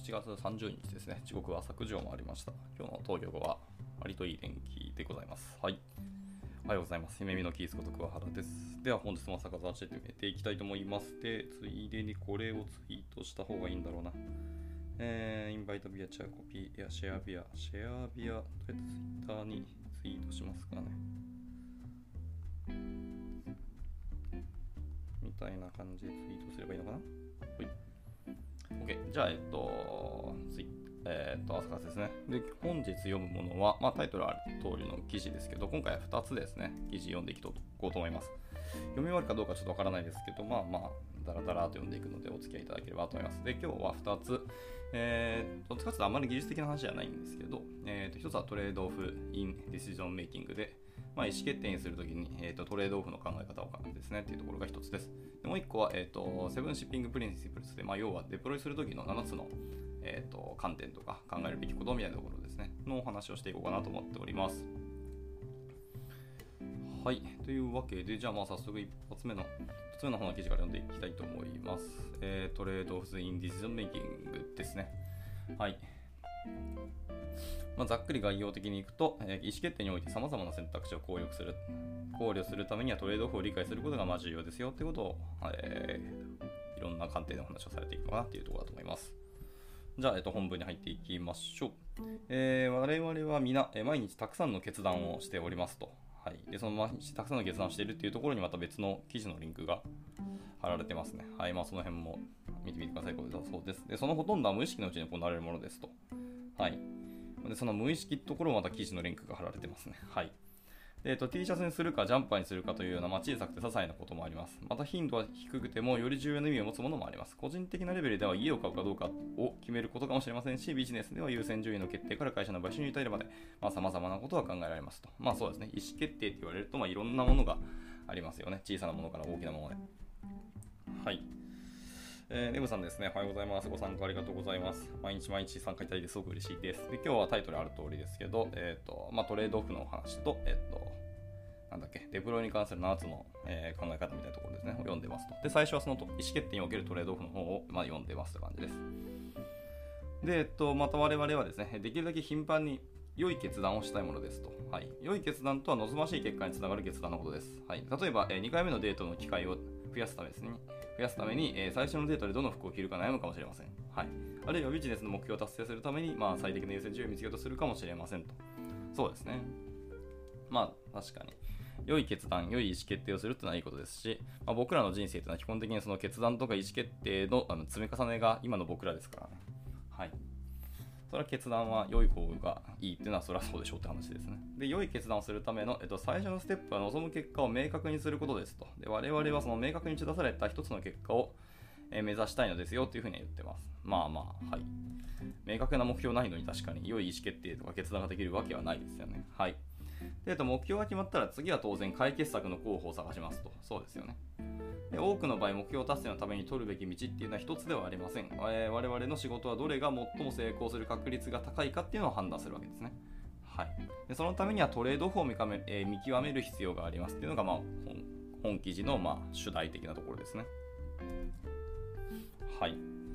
1月30日ですね。時刻は朝9時を回りました。今日の東京は割といい天気でございます。はい。おはようございます。夢見のキースこと桑原です。では本日も朝活始めていきたいと思います。で、ついでにこれをツイートした方がいいんだろうな。インバイトビアチャーコピーやシェアビア、とりあえずツイッターにツイートしますかね。みたいな感じでツイートすればいいのかな。はい。OK。じゃあ、朝活ですね。で、本日読むものは、タイトルある通りの記事ですけど、今回は2つですね、記事読んでいこうと思います。読み終わるかどうかちょっとわからないですけど、だらだらと読んでいくのでお付き合いいただければと思います。で、今日は2つ、どっちかというとあまり技術的な話じゃないんですけど、1つはトレードオフ・イン・ディシジョンメイキングで、意思決定にするときに、トレードオフの考え方をですねっていうところが1つです。でもう1個は、セブンシッピングプリンシプルスで、要はデプロイするときの7つの、観点とか考えるべきことみたいなところですねのお話をしていこうかなと思っております。はい、というわけで、じゃあ早速一発目の方の記事から読んでいきたいと思います。トレードオフズ・イン・ディシジョンメイキングですね。はい。ざっくり概要的にいくと、意思決定において様々な選択肢を考慮するためにはトレードオフを理解することが重要ですよということを、いろんな観点でお話をされていくのかなというところだと思います。じゃあ、本文に入っていきましょう。我々は皆、毎日たくさんの決断をしておりますと。はい。で、その毎日たくさんの決断をしているっていうところにまた別の記事のリンクが貼られてますね。はい。その辺も見てみてください。そうです。で、そのほとんどは無意識のうちに行われるものですと。はい。で、その無意識のところもまた記事のリンクが貼られてますね。はい。で、T シャツにするかジャンパーにするかというような、小さくて些細なこともあります。また頻度は低くてもより重要な意味を持つものもあります。個人的なレベルでは家を買うかどうかを決めることかもしれませんし、ビジネスでは優先順位の決定から会社の買収に至るまで、様々なことが考えられますと。そうですね。意思決定って言われると、いろんなものがありますよね。小さなものから大きなもので。はい。ネブさんですね。おはようございます。ご参加ありがとうございます。毎日参加いただいてすごく嬉しいです。で、今日はタイトルある通りですけど、トレードオフのお話と、デプロイに関する7つの、考え方みたいなところですね。を読んでますと。で、最初はその意思決定におけるトレードオフの方を、読んでますという感じです。で、また我々はですね、できるだけ頻繁に良い決断をしたいものですと。はい。良い決断とは望ましい結果につながる決断のことです。はい。例えば、2回目のデートの機会を増やすために、最初のデートでどの服を着るか悩むかもしれません。はい。あるいはビジネスの目標を達成するために、最適な優先順位を見つけようとするかもしれませんと。そうですね。確かに。良い決断、良い意思決定をするというのはいいことですし、僕らの人生というのは基本的にその決断とか意思決定の積み重ねが今の僕らですからね。はい。それは決断は良い方がいいっていうのはそれはそうでしょうって話ですね。で、良い決断をするための、最初のステップは望む結果を明確にすることですと。で、我々はその明確に打ち出された一つの結果を目指したいのですよっていうふうに言ってます。はい。明確な目標ないのに確かに良い意思決定とか決断ができるわけはないですよね。はい。で、目標が決まったら次は当然解決策の候補を探しますと。そうですよね。で、多くの場合目標達成のために取るべき道っていうのは一つではありません。我々の仕事はどれが最も成功する確率が高いかっていうのを判断するわけですね。はい。で、そのためにはトレードオフを見極める必要がありますっていうのが、本記事の主題的なところですね。はい。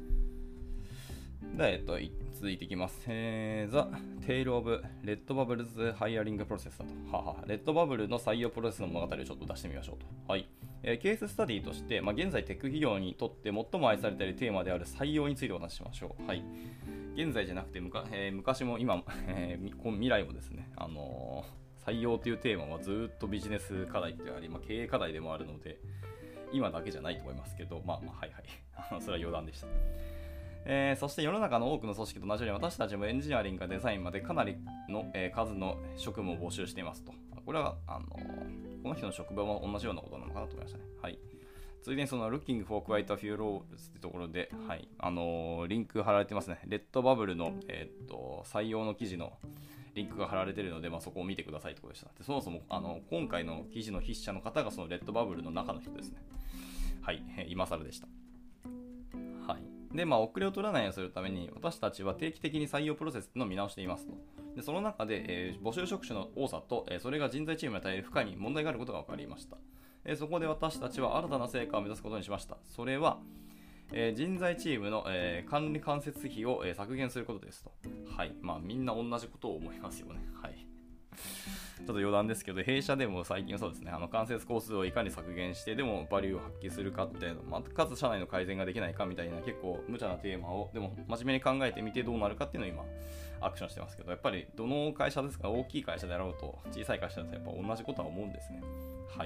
で、続いていきます。The Tale of Red Bubble's Hiring Process だと。レッドバブルの採用プロセスの物語をちょっと出してみましょうと。はい。ケーススタディとして、現在テック企業にとって最も愛されているテーマである採用についてお話ししましょう。はい。現在じゃなくて昔も今、未来もですね、採用というテーマはずっとビジネス課題であり、経営課題でもあるので、今だけじゃないと思いますけど、それは余談でした。そして世の中の多くの組織と同じように私たちもエンジニアリングからデザインまでかなりの、数の職務を募集していますと。これはこの人の職場も同じようなことなのかなと思いましたね。はい。ついでにその Looking for quite a few roles ってところで、はい、リンク貼られてますね。レッドバブルの、採用の記事のリンクが貼られているので、そこを見てくださいということでした。で、そもそも今回の記事の筆者の方がそのレッドバブルの中の人ですね。はい、今更でした。はい。で、遅れを取らないようにするために私たちは定期的に採用プロセスの見直していますと。で、その中で、募集職種の多さと、それが人材チームに与える負荷に問題があることが分かりました。そこで私たちは新たな成果を目指すことにしました。それは、 人材チームの、管理間接費を、削減することですと。はい。まあみんな同じことを思いますよね。はい。ちょっと余談ですけど、弊社でも最近そうですね、間接工数をいかに削減してでもバリューを発揮するかみたいな、かつ社内の改善ができないかみたいな結構無茶なテーマをでも真面目に考えてみてどうなるかっていうのを今アクションしてますけど、やっぱりどの会社ですか、大きい会社であろうと小さい会社だとやっぱ同じことは思うんですね。はい。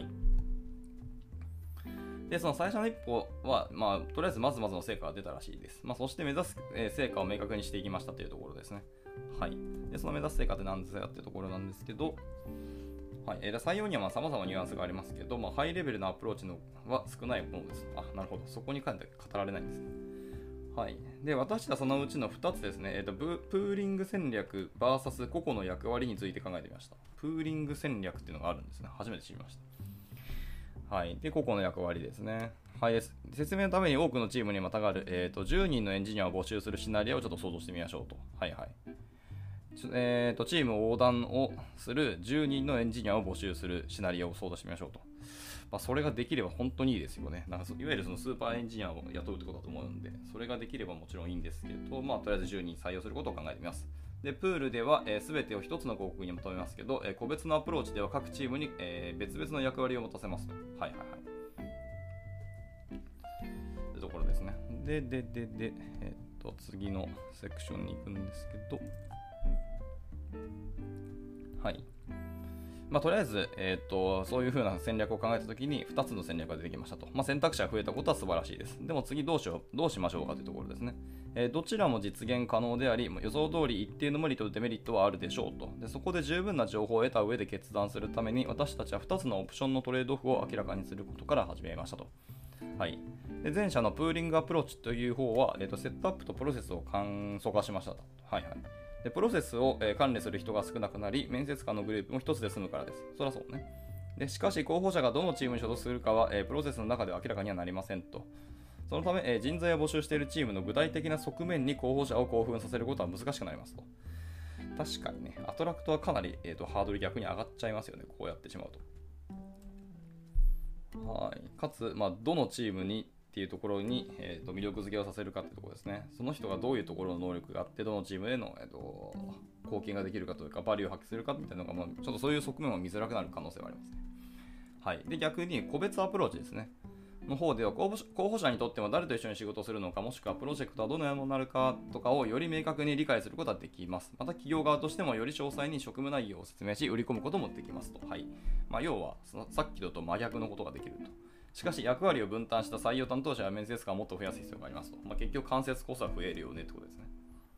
で、その最初の一歩は、とりあえずまずまずの成果が出たらしいです。そして目指す、成果を明確にしていきましたというところですね。はい。で、その目指す成果って何ですかっていうところなんですけど、はい。採用には様々なニュアンスがありますけど、ハイレベルなアプローチのは少ないものです。なるほど。そこに関して語られないんですね。はい。で、私はそのうちの2つですね。プーリング戦略 VS 個々の役割について考えてみました。プーリング戦略っていうのがあるんですね。初めて知りました。はい。で、個々の役割ですね。はい。説明のために多くのチームにまたがる、10人のエンジニアを募集するシナリオをちょっと想像してみましょうと。はいはい。チーム横断をする10人のエンジニアを募集するシナリオを想像してみましょうと。それができれば本当にいいですよね。いわゆるそのスーパーエンジニアを雇うってことだと思うんで、それができればもちろんいいんですけど、とりあえず10人採用することを考えてみます。で、プールでは全てを一つの広告に求めますけど、個別のアプローチでは各チームに別々の役割を持たせますと。はいはいはい。というところですね。で、次のセクションに行くんですけど、はい。とりあえず、そういう風な戦略を考えたときに2つの戦略が出てきましたと。選択肢が増えたことは素晴らしいです。でも次どうしましょうかというところですね。どちらも実現可能であり、予想通り一定のメリットとデメリットはあるでしょうと。で、そこで十分な情報を得た上で決断するために、私たちは2つのオプションのトレードオフを明らかにすることから始めましたと。はい。で、前者のプーリングアプローチという方は、セットアップとプロセスを簡素化しましたと。はいはい。で、プロセスを管理する人が少なくなり、面接官のグループも一つで済むからです。そりゃそうね。で、しかし候補者がどのチームに所属するかは、プロセスの中では明らかにはなりませんと。そのため、人材を募集しているチームの具体的な側面に候補者を興奮させることは難しくなりますと。確かにね、アトラクトはかなり、ハードル逆に上がっちゃいますよね、こうやってしまうと。はい。かつ、どのチームにっていうところに、魅力付けをさせるかっていうところですね。その人がどういうところの能力があって、どのチームでの、貢献ができるかというか、バリューを発揮するかみたいなのが、ちょっとそういう側面を見づらくなる可能性はありますね。はい。で、逆に個別アプローチですね。の方では候補者にとっても誰と一緒に仕事をするのか、もしくはプロジェクトはどのようになるかとかをより明確に理解することができます。また企業側としてもより詳細に職務内容を説明し、売り込むこともできますと。はい。要は、さっきと真逆のことができると。しかし役割を分担した採用担当者や面接官をもっと増やす必要がありますと。結局間接コストは増えるよねってことですね。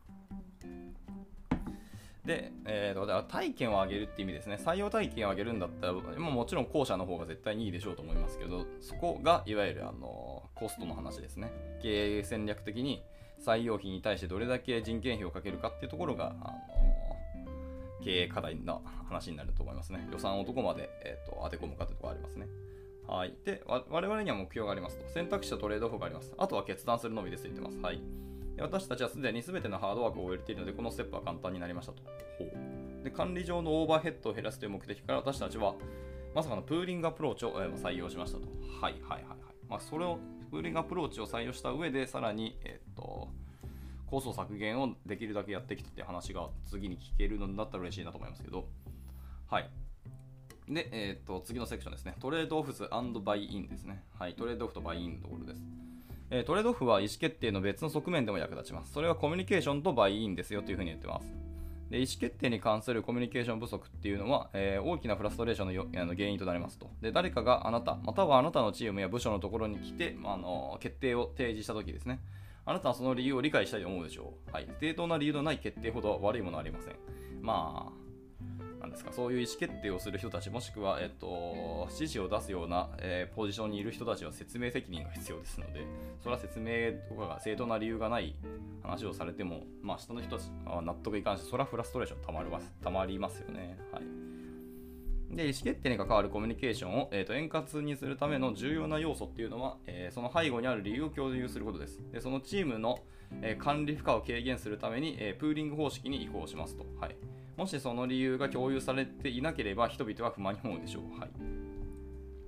で、体験を上げるって意味ですね。採用体験を上げるんだったら、もちろん後者の方が絶対にいいでしょうと思いますけど、そこがいわゆるコストの話ですね。経営戦略的に採用費に対してどれだけ人件費をかけるかっていうところが、経営課題の話になると思いますね。予算をどこまで、当て込むかというところがありますね。はい。で、我々には目標がありますと。選択肢とトレードオフがあります。あとは決断するのみですと言ってます。はい。私たちはすでに全てのハードワークを終えているので、このステップは簡単になりましたと。で、管理上のオーバーヘッドを減らすという目的から私たちは、まさかのプーリングアプローチを採用しましたと。はいはいはいはい。それを、プーリングアプローチを採用した上で、さらに、コスト削減をできるだけやってきたっていう話が次に聞けるのだったら嬉しいなと思いますけど。はい。で、次のセクションですね。トレードオフズ&バイインですね。はい。トレードオフとバイインのところです。トレードオフは意思決定の別の側面でも役立ちます。それはコミュニケーションとバイインですよというふうに言ってます。で、意思決定に関するコミュニケーション不足っていうのは、大きなフラストレーションの原因となりますと。で、誰かがあなた、またはあなたのチームや部署のところに来て、決定を提示したときですね。あなたはその理由を理解したいと思うでしょう。はい。正当な理由のない決定ほど悪いものはありません。なんですか、そういう意思決定をする人たち、もしくは、指示を出すような、ポジションにいる人たちは説明責任が必要ですので、それは説明とかが正当な理由がない話をされても、下の人たちは納得いかんし、それはフラストレーションたまりますよね。はい。で、意思決定に関わるコミュニケーションを、円滑にするための重要な要素っていうのは、その背後にある理由を共有することです。で、そのチームの、管理負荷を軽減するために、プーリング方式に移行しますと。はい。もしその理由が共有されていなければ人々は不満に思うでしょう。はい。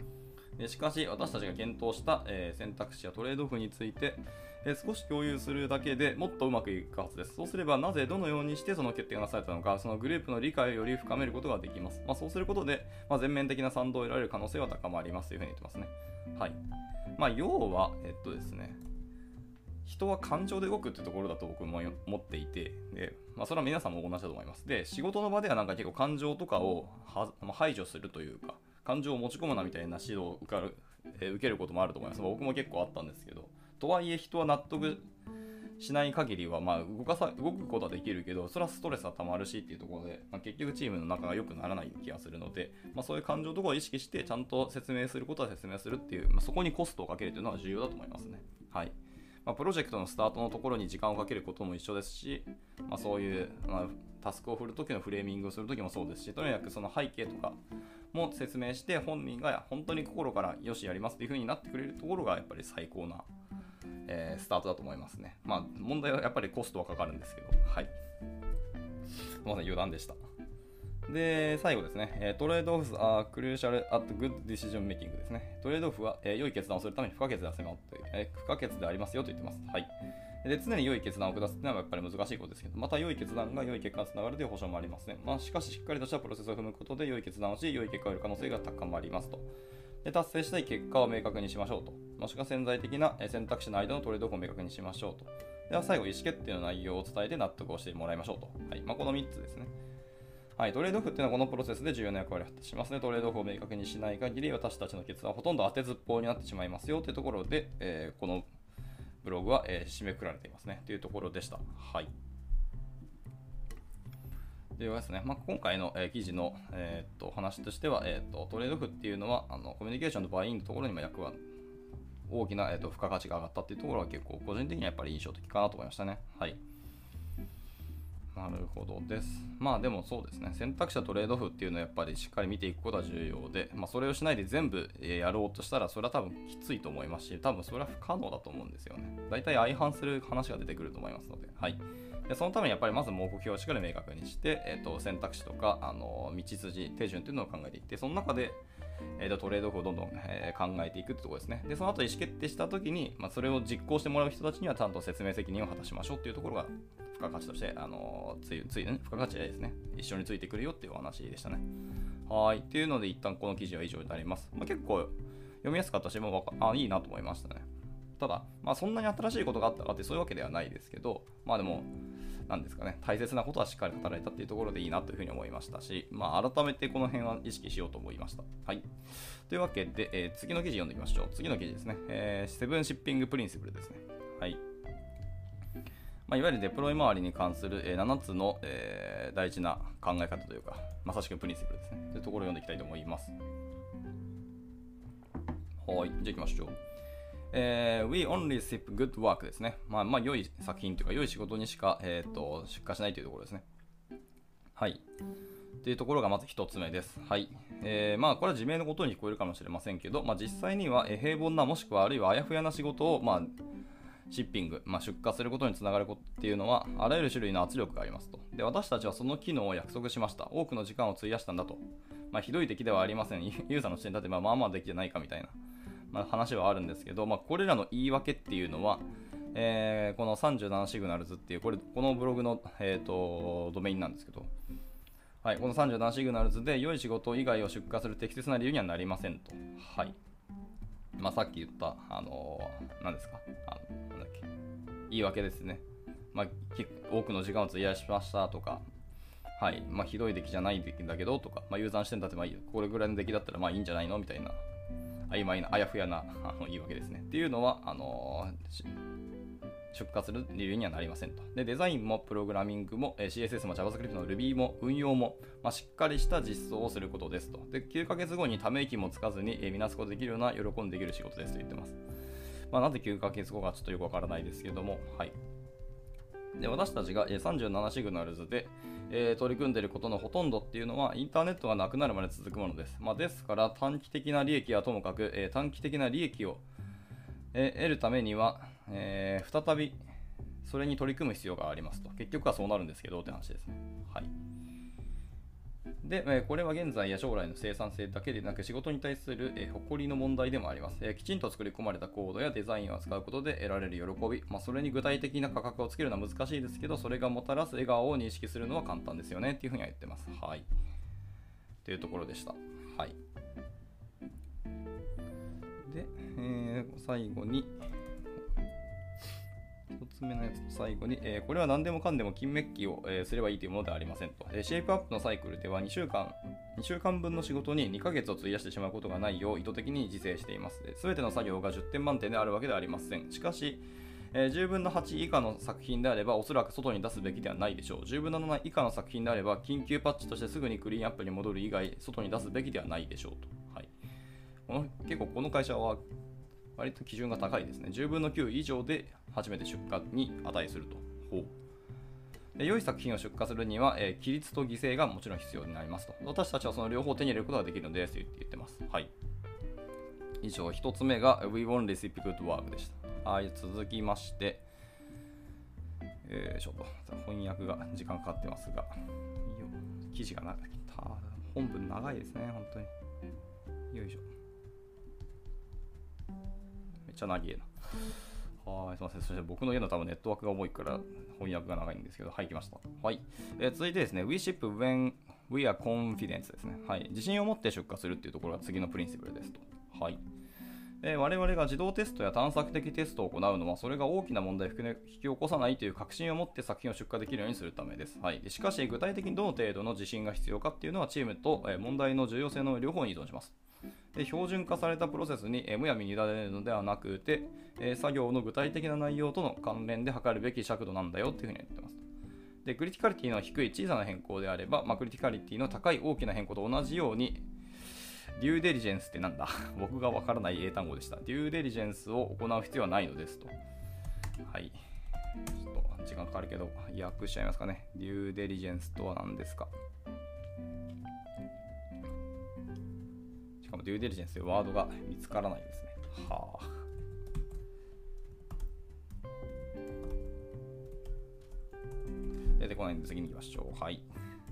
しかし私たちが検討した、選択肢やトレードオフについて、少し共有するだけでもっとうまくいくはずです。そうすればなぜどのようにしてその決定がなされたのか、そのグループの理解をより深めることができます。そうすることで、全面的な賛同を得られる可能性は高まりますというふうに言ってますね。はい。要はですね、人は感情で動くっていうところだと僕も思っていて、でそれは皆さんも同じだと思います。で、仕事の場ではなんか結構感情とかを排除するというか、感情を持ち込むなみたいな指導を受けることもあると思います。僕も結構あったんですけど、とはいえ人は納得しない限りは動くことはできるけど、それはストレスはたまるしっていうところで、結局チームの仲が良くならない気がするので、そういう感情とかを意識してちゃんと説明することは説明するっていう、そこにコストをかけるというのは重要だと思いますね。はい。プロジェクトのスタートのところに時間をかけることも一緒ですし、そういう、タスクを振るときのフレーミングをするときもそうですし、とにかくその背景とかも説明して、本人が本当に心からよしやりますという風になってくれるところがやっぱり最高な、スタートだと思いますね。問題はやっぱりコストはかかるんですけど、はい。余談でした。で、最後ですね、トレードオフはクルーシャルアットグッドディシジョンメイキングですね。トレードオフは、良い決断をするために不可欠でありますよと言ってます。はい。で、常に良い決断を下すというのはやっぱり難しいことですけど、また良い決断が良い結果につながるという保証もありますね。しかし、しっかりとしたプロセスを踏むことで良い決断をし、良い結果を得る可能性が高まりますと。で、達成したい結果を明確にしましょうと。もしくは潜在的な選択肢の間のトレードオフを明確にしましょうと。では、最後、意思決定の内容を伝えて納得をしてもらいましょうと。はい。この3つですね。はい、トレードオフっていうのはこのプロセスで重要な役割を果たしますね。トレードオフを明確にしない限り私たちの決断はほとんど当てずっぽうになってしまいますよというところで、このブログは、締めくくられていますねというところでした。はい。ではですね、今回の、記事の、話としては、トレードオフっていうのはコミュニケーションとバインのところにも大きな、付加価値が上がったっていうところは結構個人的にはやっぱり印象的かなと思いましたね。はい。なるほどです。でもそうですね、選択肢とトレードオフっていうのはやっぱりしっかり見ていくことは重要で、それをしないで全部やろうとしたらそれは多分きついと思いますし、多分それは不可能だと思うんですよね。大体相反する話が出てくると思いますので、はい。でそのためにやっぱりまず目標をしっかり明確にして、選択肢とか道筋、手順というのを考えていって、その中でトレードオフをどんどん、考えていくってところですね。で、その後意思決定したときに、それを実行してもらう人たちにはちゃんと説明責任を果たしましょうっていうところが付加価値として、付加価値ですね。一緒についてくるよっていうお話でしたね。はい。っていうので、一旦この記事は以上になります。結構読みやすかったし、いいなと思いましたね。ただ、そんなに新しいことがあったかってそういうわけではないですけど、でも、なんですかね、大切なことはしっかり働いたっていうところでいいなというふうに思いましたし、改めてこの辺は意識しようと思いました。はい。というわけで、次の記事読んでいきましょう。次の記事ですね。セブンシッピングプリンシプルですね。はい。いわゆるデプロイ周りに関する、7つの、大事な考え方というか、まさしくプリンシプルですね。というところを読んでいきたいと思います。はい。じゃあ行きましょう。We only sip good work ですね。良い作品というか、良い仕事にしか、出荷しないというところですね。はい。というところがまず一つ目です。はい。これは自明のことに聞こえるかもしれませんけど、実際には、平凡なもしくはあるいはあやふやな仕事を、シッピング、出荷することにつながることっていうのは、あらゆる種類の圧力がありますと。で、私たちはその機能を約束しました。多くの時間を費やしたんだと。ひどい出来ではありません。ユーザーの視点に立てば、できてないかみたいな、話はあるんですけど、これらの言い訳っていうのは、この37シグナルズっていう、このブログの、ドメインなんですけど、はい、この37シグナルズで良い仕事以外を出荷する適切な理由にはなりませんと。はい。さっき言った、何ですかなんだっけ言い訳ですね。多くの時間を費やしましたとか、はい。ひどい出来じゃない出来だけどとか、ユーザーの視点に立てばこれぐらいの出来だったらいいんじゃないのみたいな、曖昧な、あやふやな言い訳ですね。っていうのは、出荷する理由にはなりませんと。で、デザインもプログラミングも CSS も JavaScript の Ruby も運用も、しっかりした実装をすることですと。で、9ヶ月後にため息もつかずに見なすことができるような喜んでできる仕事ですと言ってます。なぜ9ヶ月後かちょっとよくわからないですけども、はい。で、私たちが37シグナルズで取り組んでいることのほとんどっていうのはインターネットがなくなるまで続くものです。ですから短期的な利益はともかく、短期的な利益を得るためには、再びそれに取り組む必要がありますと。結局はそうなるんですけどって話ですね。はい。 で、これは現在や将来の生産性だけでなく仕事に対する誇りの問題でもあります。きちんと作り込まれたコードやデザインを扱うことで得られる喜び、それに具体的な価格をつけるのは難しいですけど、それがもたらす笑顔を認識するのは簡単ですよねっていうふうには言ってます。はい。というところでした。はい。で、最後に、1つ目のやつの最後に、これは何でもかんでも金メッキを、すればいいというものではありませんと。シェイプアップのサイクルでは2週間分の仕事に2ヶ月を費やしてしまうことがないよう意図的に自制しています。すべての作業が10点満点であるわけではありません。しかし、10分の8以下の作品であればおそらく外に出すべきではないでしょう。10分の7以下の作品であれば緊急パッチとしてすぐにクリーンアップに戻る以外外に出すべきではないでしょうと。はい、結構この会社は割と基準が高いですね。10分の9以上で初めて出荷に値すると。で良い作品を出荷するには、規律と犠牲がもちろん必要になりますと。私たちはその両方を手に入れることができるのですと言ってます。はい。以上、1つ目が We want recipe good work でした。はい、続きまして、ちょっと翻訳が時間かかってますが、記事が本文長いですね、本当に。よいしょ。めっちゃ長いな。はい、すみません。そして僕の家の多分ネットワークが重いから翻訳が長いんですけど、はい、来ました。はい。続いてですね、We ship when we are confident ですね。はい。自信を持って出荷するっていうところが次のプリンシプルですと。はい。我々が自動テストや探索的テストを行うのは、それが大きな問題を引き起こさないという確信を持って作品を出荷できるようにするためです。はい。しかし、具体的にどの程度の自信が必要かっていうのは、チームと問題の重要性の両方に依存します。で標準化されたプロセスにむやみに委ねるのではなくて、作業の具体的な内容との関連で測るべき尺度なんだよっていうふうに言ってます。でクリティカリティの低い小さな変更であれば、クリティカリティの高い大きな変更と同じようにデューデリジェンスってなんだ僕がわからない英単語でした。デューデリジェンスを行う必要はないのですと。はい。ちょっと時間かかるけど訳しちゃいますかね。デューデリジェンスとは何ですか。しかもデューデリジェンスというワードが見つからないですね。はあ。出てこないんで次に行きましょう。はい。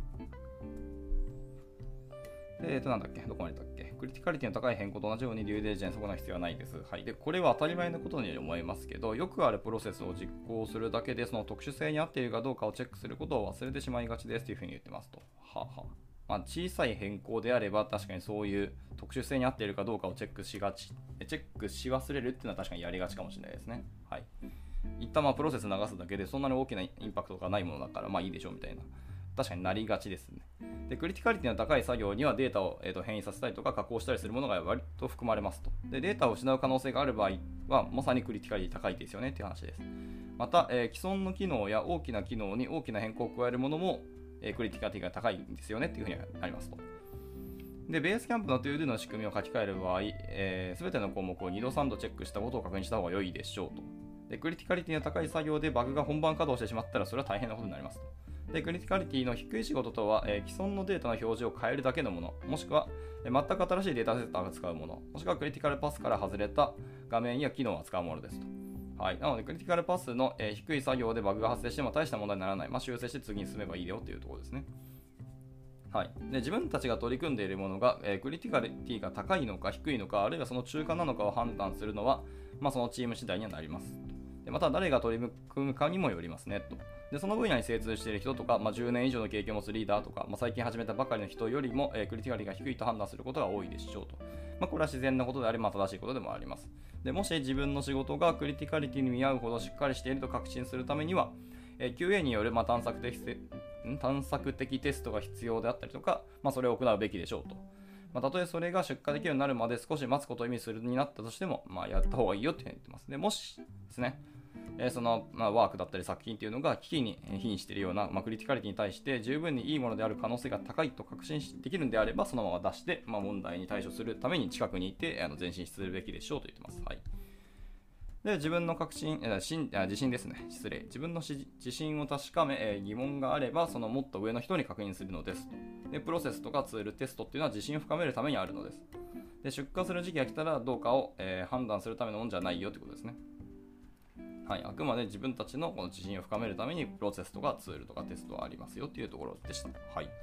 なんだっけどこまでだっけクリティカリティの高い変更と同じようにデューデリジェンスを行う必要はないです。はい。で、これは当たり前のことに思えますけど、よくあるプロセスを実行するだけで、その特殊性に合っているかどうかをチェックすることを忘れてしまいがちですというふうに言ってますと。はあはあ。小さい変更であれば、確かにそういう特殊性に合っているかどうかをチェックし忘れるっていうのは確かにやりがちかもしれないですね。はい。一旦プロセス流すだけでそんなに大きなインパクトがないものだからいいでしょうみたいな。確かになりがちですね。でクリティカリティの高い作業にはデータを、変異させたりとか加工したりするものが割と含まれますと。でデータを失う可能性がある場合はまさにクリティカリティ高いですよねっていう話です。また、既存の機能や大きな機能に大きな変更を加えるものも、クリティカリティが高いんですよねっていうふうになりますと。でベースキャンプの ToDo の仕組みを書き換える場合、全ての項目を2度3度チェックしたことを確認した方が良いでしょうと。でクリティカリティの高い作業でバグが本番稼働してしまったらそれは大変なことになりますと。でクリティカリティの低い仕事とは、既存のデータの表示を変えるだけのもの、もしくは、全く新しいデータセットを扱うもの、もしくはクリティカルパスから外れた画面や機能を扱うものですと。はい、なのでクリティカルパスの、低い作業でバグが発生しても大した問題にならない、修正して次に進めばいいよというところですね。はい、で自分たちが取り組んでいるものが、クリティカリティが高いのか低いのか、あるいはその中間なのかを判断するのは、そのチーム次第にはなります。でまた誰が取り組むかにもよりますねと。でその分野に精通している人とか、10年以上の経験を持つリーダーとか、最近始めたばかりの人よりも、クリティカリが低いと判断することが多いでしょうと。これは自然なことであり、正しいことでもあります。でもし自分の仕事がクリティカリティに見合うほどしっかりしていると確信するためには、QA による、探索的テストが必要であったりとか、それを行うべきでしょうと。たとえそれが出荷できるようになるまで少し待つことを意味するになったとしても、やった方がいいよって言ってます。でもしですね、その、ワークだったり作品というのが危機に瀕しているような、クリティカリティに対して十分にいいものである可能性が高いと確信できるのであれば、そのまま出して、問題に対処するために近くにいて前進するべきでしょうと言ってます。はい。で自分の自信ですね。失礼。自分の自信を確かめ、疑問があれば、そのもっと上の人に確認するのですと。でプロセスとかツール、テストっていうのは自信を深めるためにあるのです。で出荷する時期が来たらどうかを、判断するためのものじゃないよということですね。はい、あくまで自分たちのこの自信を深めるためにプロセスとかツールとかテストはありますよというところでした。はい。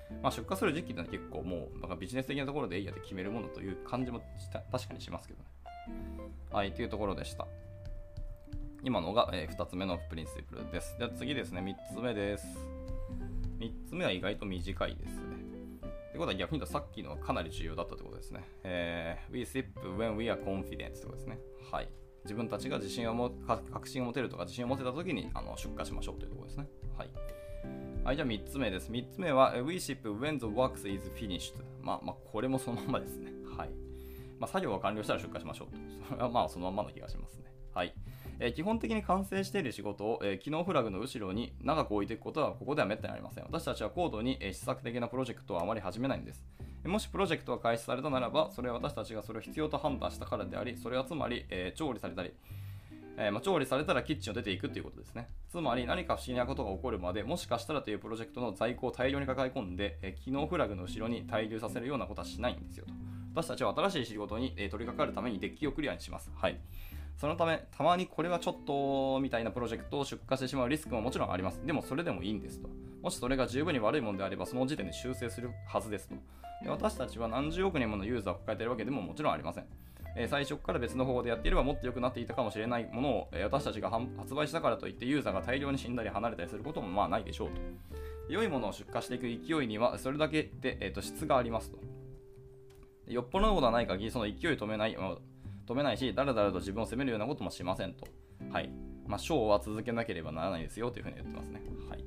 出荷する時期ってのは結構もうなんかビジネス的なところでいいやで決めるものという感じも確かにしますけどね。はい、というところでした。今のが、2つ目のプリンシプルです。では次ですね、3つ目です。3つ目は意外と短いですね。ということは逆に言うとさっきのはかなり重要だったということですね。We sip when we are confident ということですね。はい。自分たちが確信を持てるとか自信を持てたときに出荷しましょうというところですね。はい。はい、じゃあ3つ目です。3つ目は We ship when the work is finished。これもそのままですね。はい。作業が完了したら出荷しましょうと。それはそのままの気がしますね。はい。基本的に完成している仕事を、機能フラグの後ろに長く置いていくことはここでは滅多にありません。私たちは高度に、試作的なプロジェクトはあまり始めないんです。もしプロジェクトが開始されたならば、それは私たちがそれを必要と判断したからであり、それはつまり、調理されたり、調理されたらキッチンを出ていくということですね。つまり何か不思議なことが起こるまで、もしかしたらというプロジェクトの在庫を大量に抱え込んで、機能フラグの後ろに滞留させるようなことはしないんですよと。私たちは新しい仕事に、取り掛かるためにデッキをクリアにします。はい。そのため、たまにこれはちょっとみたいなプロジェクトを出荷してしまうリスクももちろんあります。でもそれでもいいんですと。もしそれが十分に悪いものであれば、その時点で修正するはずですと。で、私たちは何十億人ものユーザーを抱えているわけでももちろんありません。最初から別の方法でやっていればもっと良くなっていたかもしれないものを、私たちが発売したからといってユーザーが大量に死んだり離れたりすることもないでしょうと。良いものを出荷していく勢いにはそれだけで、質がありますと。よっぽどのことはない限りその勢いを止めないし、だらだらと自分を責めるようなこともしませんと。はい。ショーは続けなければならないですよというふうに言ってますね。はい。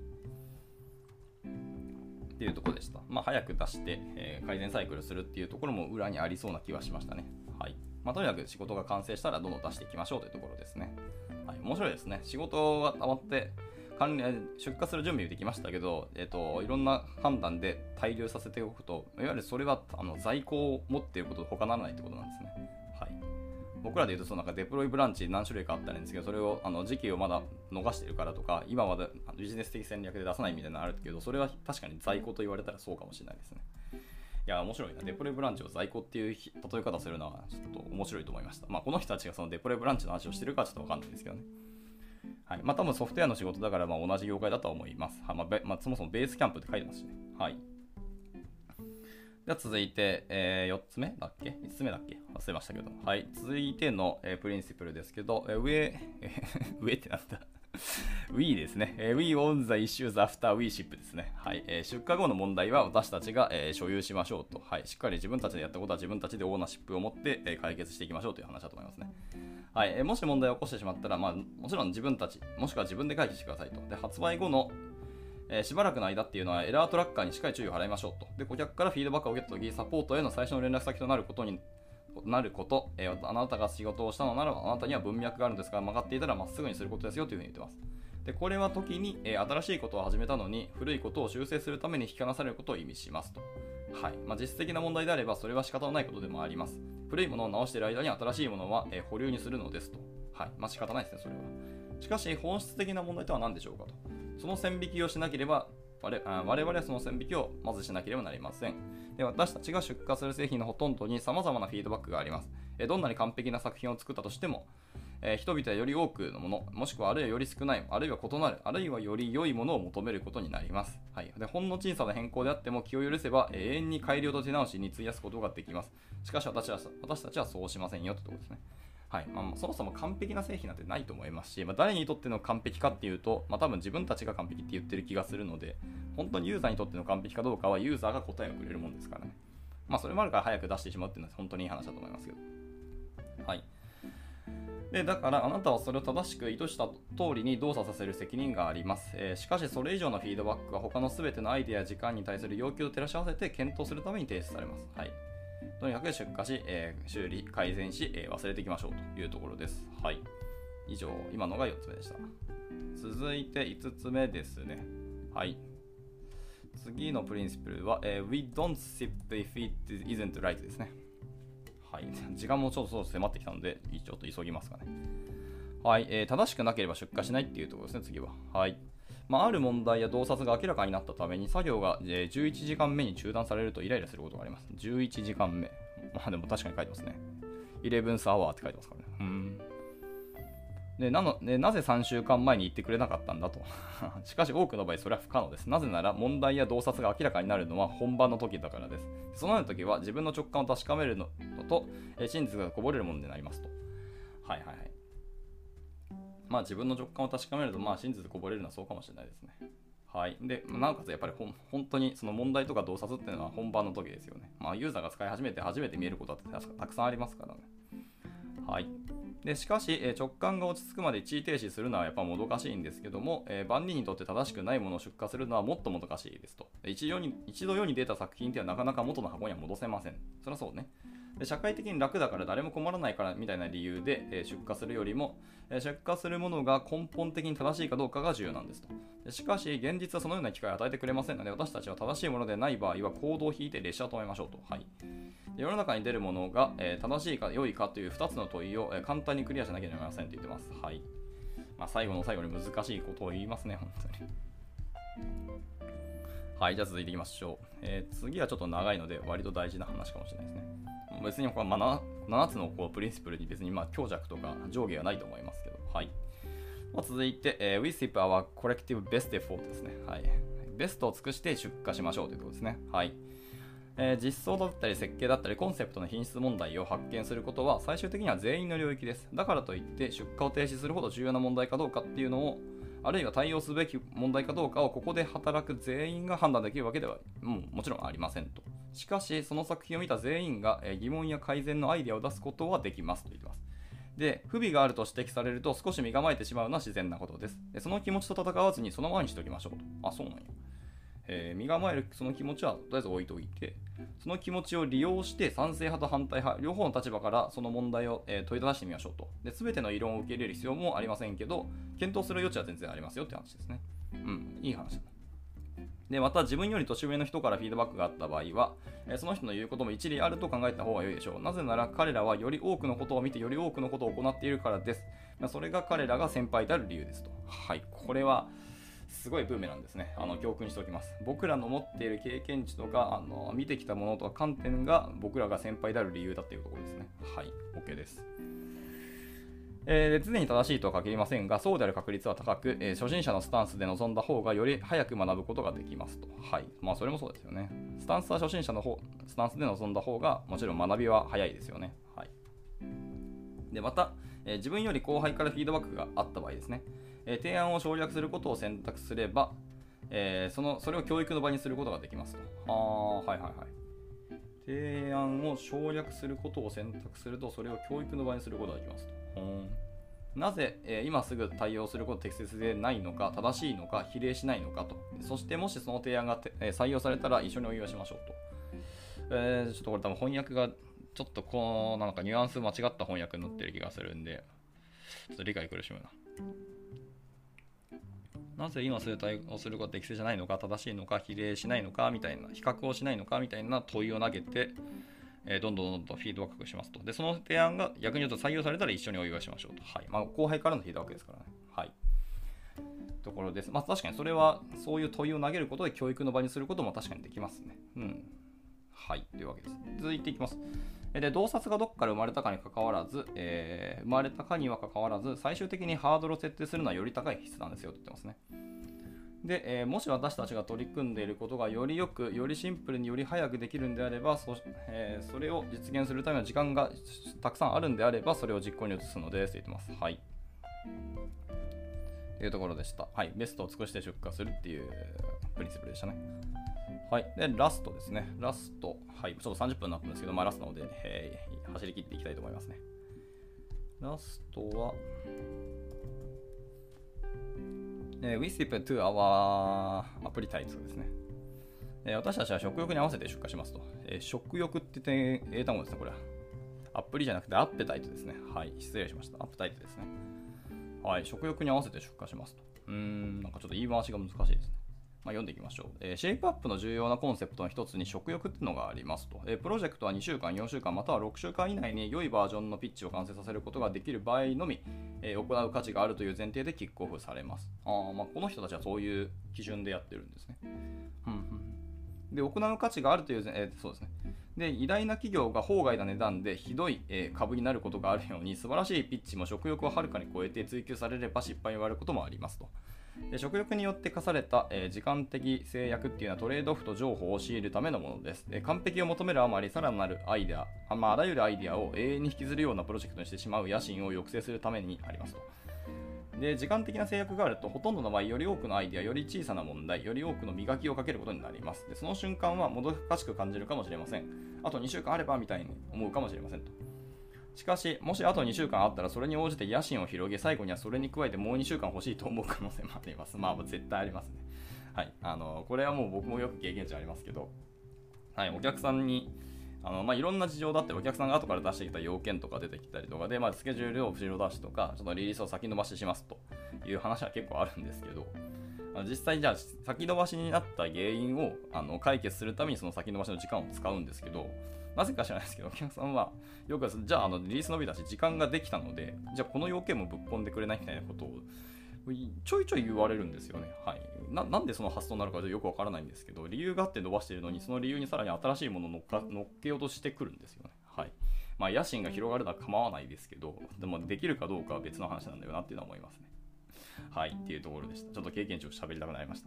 っていうところでした。早く出して、改善サイクルするっていうところも裏にありそうな気はしましたね。はい。とにかく仕事が完成したらどんどん出していきましょうというところですね。はい。面白いですね。仕事が溜まって出荷する準備できましたけど、いろんな判断で滞留させておくと、いわゆるそれは在庫を持っていることと他ならないってことなんですね。はい。僕らで言うとデプロイブランチ何種類かあったらいいんですけど、それを時期をまだ逃しているからとか、今までビジネス的戦略で出さないみたいなのあるけど、それは確かに在庫と言われたらそうかもしれないですね。いや、面白いな。デプロイブランチを在庫っていう例え方するのはちょっと面白いと思いました。この人たちがそのデプロイブランチの話をしてるかちょっとわかんないですけどね。はい。多分ソフトウェアの仕事だから同じ業界だとは思います。そもそもベースキャンプって書いてますしね。はい。では続いて、4つ目だっけ ?5 つ目だっけ忘れましたけど。はい。続いての、プリンシプルですけど、上ってなんだWe ですね。We own the issues after we ship ですね。はい。出荷後の問題は私たちが、所有しましょうと。はい。しっかり自分たちでやったことは自分たちでオーナーシップを持って、解決していきましょうという話だと思いますね。はい。もし問題を起こしてしまったら、もちろん自分たち、もしくは自分で解決してくださいと。で、発売後のしばらくの間っていうのはエラートラッカーにしっかり注意を払いましょうと。で、顧客からフィードバックを受けたとき、サポートへの最初の連絡先となること、あなたが仕事をしたのならば、あなたには文脈があるんですが、曲がっていたらまっすぐにすることですよというふうに言ってます。で、これは時に、新しいことを始めたのに、古いことを修正するために引き離されることを意味しますと。はい。実質的な問題であれば、それは仕方のないことでもあります。古いものを直している間に新しいものは、保留にするのですと。はい。仕方ないですね、それは。しかし、本質的な問題とは何でしょうかと。その線引きをしなければ、我々はその線引きをまずしなければなりません。で、私たちが出荷する製品のほとんどに様々なフィードバックがあります。どんなに完璧な作品を作ったとしても、人々はより多くのもの、もしくはあるいはより少ない、あるいは異なる、あるいはより良いものを求めることになります。はい。で、ほんの小さな変更であっても気を許せば、永遠に改良と手直しに費やすことができます。しかし私たちはそうしませんよというところですね。はい。そもそも完璧な製品なんてないと思いますし、誰にとっての完璧かっていうと、多分自分たちが完璧って言ってる気がするので、本当にユーザーにとっての完璧かどうかはユーザーが答えをくれるもんですからね。それもあるから早く出してしまうっていうのは本当にいい話だと思いますけど。はい。で、だからあなたはそれを正しく意図した通りに動作させる責任があります。しかしそれ以上のフィードバックは他の全てのアイデアや時間に対する要求と照らし合わせて検討するために提出されます。はい。とにかく出荷し、修理、改善し、忘れていきましょうというところです。はい。以上、今のが4つ目でした。続いて5つ目ですね。はい。次のプリンシプルは、We don't sip if it isn't right ですね。はい。時間もちょっと迫ってきたので、ちょっと急ぎますかね。はい。正しくなければ出荷しないっていうところですね、次は。はい。ある問題や洞察が明らかになったために作業が11時間目に中断されるとイライラすることがあります。11時間目。でも確かに書いてますね。11 hour って書いてますからね。 なぜ3週間前に言ってくれなかったんだと。しかし多くの場合それは不可能です。なぜなら問題や洞察が明らかになるのは本番の時だからです。そのような時は自分の直感を確かめるのと真実がこぼれるものになりますと。はいはいはい。まあ自分の直感を確かめると真実こぼれるのはそうかもしれないですね。はい。で、なおかつやっぱり本当にその問題とか洞察っていうのは本番の時ですよね。ユーザーが使い始めて初めて見えることってたくさんありますからね。はい。でしかし、直感が落ち着くまで一時停止するのはやっぱもどかしいんですけども、万人にとって正しくないものを出荷するのはもっともどかしいですと。一度世に出た作品ではなかなか元の箱には戻せません。そりゃそうね。で社会的に楽だから誰も困らないからみたいな理由で、出荷するよりも、出荷するものが根本的に正しいかどうかが重要なんですと。でしかし現実はそのような機会を与えてくれませんので、私たちは正しいものでない場合は行動を引いて列車を止めましょうと。はい。世の中に出るものが、正しいか良いかという2つの問いを、簡単にクリアしなければなりませんと言ってます。はい。最後の最後に難しいことを言いますね、本当に。はい、じゃあ続いていきましょう。次はちょっと長いので割と大事な話かもしれないですね。別に7つのプリンシプルに別に強弱とか上下はないと思いますけど、はい。続いて、We sip our collective best effort ですね。はい。ベストを尽くして出荷しましょうということですね。はい。実装だったり設計だったりコンセプトの品質問題を発見することは最終的には全員の領域です。だからといって出荷を停止するほど重要な問題かどうかっていうのを、あるいは対応すべき問題かどうかをここで働く全員が判断できるわけではもちろんありませんと。しかしその作品を見た全員が疑問や改善のアイデアを出すことはできますと言ってます。で、不備があると指摘されると少し身構えてしまうのは自然なことです。でその気持ちと戦わずにそのままにしておきましょうと。あ、そうなんや。身構えるその気持ちはとりあえず置いておいて、その気持ちを利用して賛成派と反対派両方の立場からその問題を、問いただしてみましょうと。で全ての異論を受け入れる必要もありませんけど、検討する余地は全然ありますよって話ですね。いい話だ。でまた自分より年上の人からフィードバックがあった場合は、その人の言うことも一理あると考えた方が良いでしょう。なぜなら彼らはより多くのことを見てより多くのことを行っているからです。それが彼らが先輩である理由ですと。はい、これはすごいブーメランですね。教訓にしておきます。僕らの持っている経験値とか見てきたものとか観点が僕らが先輩である理由だっていうところですね。はい、OK です。常に正しいとは限りませんが、そうである確率は高く、初心者のスタンスで臨んだ方がより早く学ぶことができますと。はい。それもそうですよね。スタンスは初心者のスタンスで臨んだ方がもちろん学びは早いですよね。はい。で、また、自分より後輩からフィードバックがあった場合ですね。提案を省略することを選択すれば、それを教育の場にすることができますと。はいはいはい。提案を省略することを選択すると、それを教育の場にすることができますと。なぜ、今すぐ対応することが適切でないのか、正しいのか、比例しないのかと。そしてもしその提案が採用されたら一緒にお祝いしましょうと。ちょっとこれ多分翻訳がちょっとなんかニュアンス間違った翻訳になってる気がするんで、ちょっと理解苦しむな。なぜ今すぐ対応することが適正じゃないのか、正しいのか、比例しないのかみたいな、比較をしないのかみたいな問いを投げて、どんどんフィードバックしますと。で、その提案が逆に言うと採用されたら一緒にお祝いしましょうと。はい。後輩からのフィードバックですからね。はい。ところです。確かにそれは、そういう問いを投げることで教育の場にすることも確かにできますね。はい。というわけです。続いていきます。で、洞察がどこから生まれたかに関わらず、生まれたかには関わらず、最終的にハードルを設定するのはより高い必須なんですよと言ってますね。で、もし私たちが取り組んでいることがよりよく、よりシンプルにより早くできるんであれば、それを実現するための時間がたくさんあるんであれば、それを実行に移すのですと言ってます。はい。というところでした。はい。ベストを尽くして出荷するっていうプリンシプルでしたね。はい。で、ラストですね。ラスト。はい。ちょっと30分になったんですけど、ラストなので、走り切っていきたいと思いますね。ラストは、We sip to our appetite ですね。私たちは食欲に合わせて出荷しますと。食欲って言って英単語ですね、これは。アプリじゃなくてアッペタイトですね。はい、失礼しました。アップタイトですね。はい、食欲に合わせて出荷しますと。なんかちょっと言い回しが難しいですね。読んでいきましょう。シェイプアップの重要なコンセプトの一つに食欲っていうのがありますと。プロジェクトは2週間、4週間、または6週間以内に良いバージョンのピッチを完成させることができる場合のみ、行う価値があるという前提でキックオフされます。この人たちはそういう基準でやってるんですね。で、行う価値があるという、そうですね。 で、偉大な企業が法外な値段でひどい株になることがあるように、素晴らしいピッチも食欲をはるかに超えて追求されれば失敗に終わることもありますと。で、食欲によって課された時間的制約っていうのはトレードオフと情報を強いるためのものです。完璧を求めるあまり、さらなるアイデア、あらゆるアイデアを永遠に引きずるようなプロジェクトにしてしまう野心を抑制するためにありますと。で、時間的な制約があると、ほとんどの場合、より多くのアイデア、より小さな問題、より多くの磨きをかけることになります。で、その瞬間はもどかしく感じるかもしれません。あと2週間あればみたいに思うかもしれませんと。しかし、もしあと2週間あったら、それに応じて野心を広げ、最後にはそれに加えてもう2週間欲しいと思う可能性もあります。絶対ありますね。はい。これはもう僕もよく経験値ありますけど、はい、お客さんに、いろんな事情だってお客さんが後から出してきた要件とか出てきたりとかで、スケジュールを後ろ出しとか、ちょっとリリースを先延ばししますという話は結構あるんですけど、実際じゃあ先延ばしになった原因を解決するためにその先延ばしの時間を使うんですけど、なぜか知らないですけど、お客さんはよくじゃあリリース伸びたし時間ができたので、じゃあこの要件もぶっ込んでくれないみたいなことをちょいちょい言われるんですよね。はい。なんでその発想になるかよくわからないんですけど、理由があって伸ばしているのに、その理由にさらに新しいものを乗っけようとしてくるんですよね。はい。野心が広がるのは構わないですけど、でもできるかどうかは別の話なんだよなっていうのは思いますね。はい。っていうところでした。ちょっと経験値を喋りたくなりました。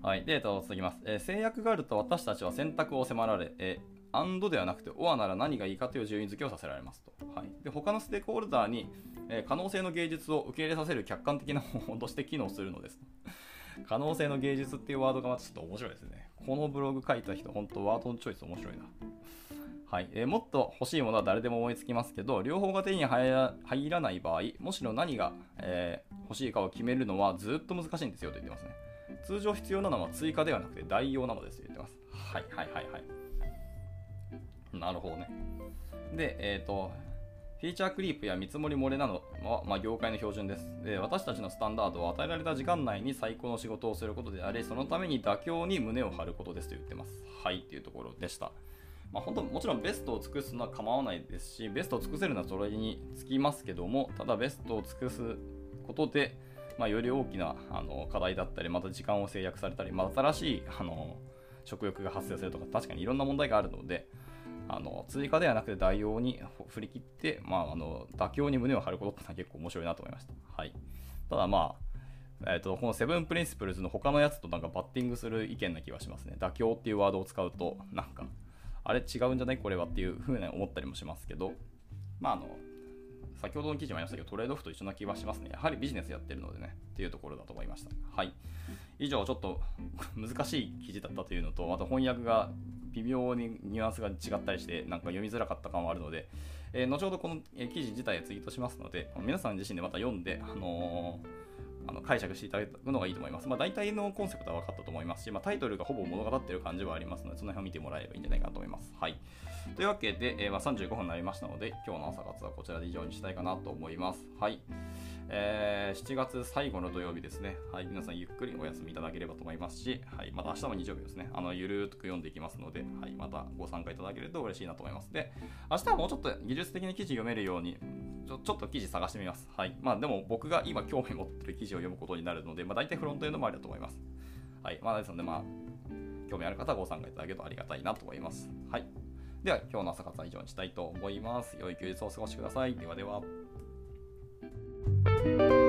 はい。で、続きます。制約があると私たちは選択を迫られ、ではなくて、オアなら何がいいかという順位付けをさせられますと。はい。で、他のステークホルダーに、可能性の芸術を受け入れさせる客観的な方法として機能するのです。可能性の芸術っていうワードがまたちょっと面白いですね。このブログ書いた人、本当ワードのチョイス面白いな。はい。もっと欲しいものは誰でも思いつきますけど、両方が手に入らない場合、むしろ何が、欲しいかを決めるのはずっと難しいんですよと言ってますね。通常必要なのは追加ではなくて代用なのですと言ってます。はい。なるほどね。で、フィーチャークリープや見積もり漏れなどは、業界の標準です。で、私たちのスタンダードは与えられた時間内に最高の仕事をすることであり、そのために妥協に胸を張ることですと言ってます。はいっていうところでした。本当もちろんベストを尽くすのは構わないですし、ベストを尽くせるのはそれにつきますけども、ただベストを尽くすことで、より大きな課題だったり、また時間を制約されたり、新しい食欲が発生するとか、確かにいろんな問題があるので、追加ではなくて代用に振り切って、妥協に胸を張ることってのは結構面白いなと思いました。はい。ただこのセブンプリンシプルズの他のやつとなんかバッティングする意見な気がしますね。妥協っていうワードを使うと、なんか、あれ違うんじゃないこれはっていう風に思ったりもしますけど、先ほどの記事もありましたけど、トレードオフと一緒な気はしますね。やはりビジネスやってるのでね、っていうところだと思いました。はい。以上、ちょっと難しい記事だったというのと、また翻訳が微妙にニュアンスが違ったりして、なんか読みづらかった感はあるので、後ほどこの記事自体をツイートしますので、皆さん自身でまた読んで、解釈していただくのがいいと思います。大体のコンセプトは分かったと思いますし、タイトルがほぼ物語っている感じはありますので、その辺を見てもらえればいいんじゃないかなと思います。はい。というわけで、35分になりましたので、今日の朝活はこちらで以上にしたいかなと思います。はい。7月最後の土曜日ですね。はい。皆さんゆっくりお休みいただければと思いますし、はい。また明日も日曜日ですね。ゆるーく読んでいきますので、はい。またご参加いただけると嬉しいなと思います。で、明日はもうちょっと技術的に記事読めるように、ちょっと記事探してみます。はい。でも僕が今興味持ってる記事を読むことになるので、大体フロントエンド周りだと思います。はい。ですので、興味ある方はご参加いただけるとありがたいなと思います。はい。では、今日の朝活は以上にしたいと思います。良い休日をお過ごしください。ではでは。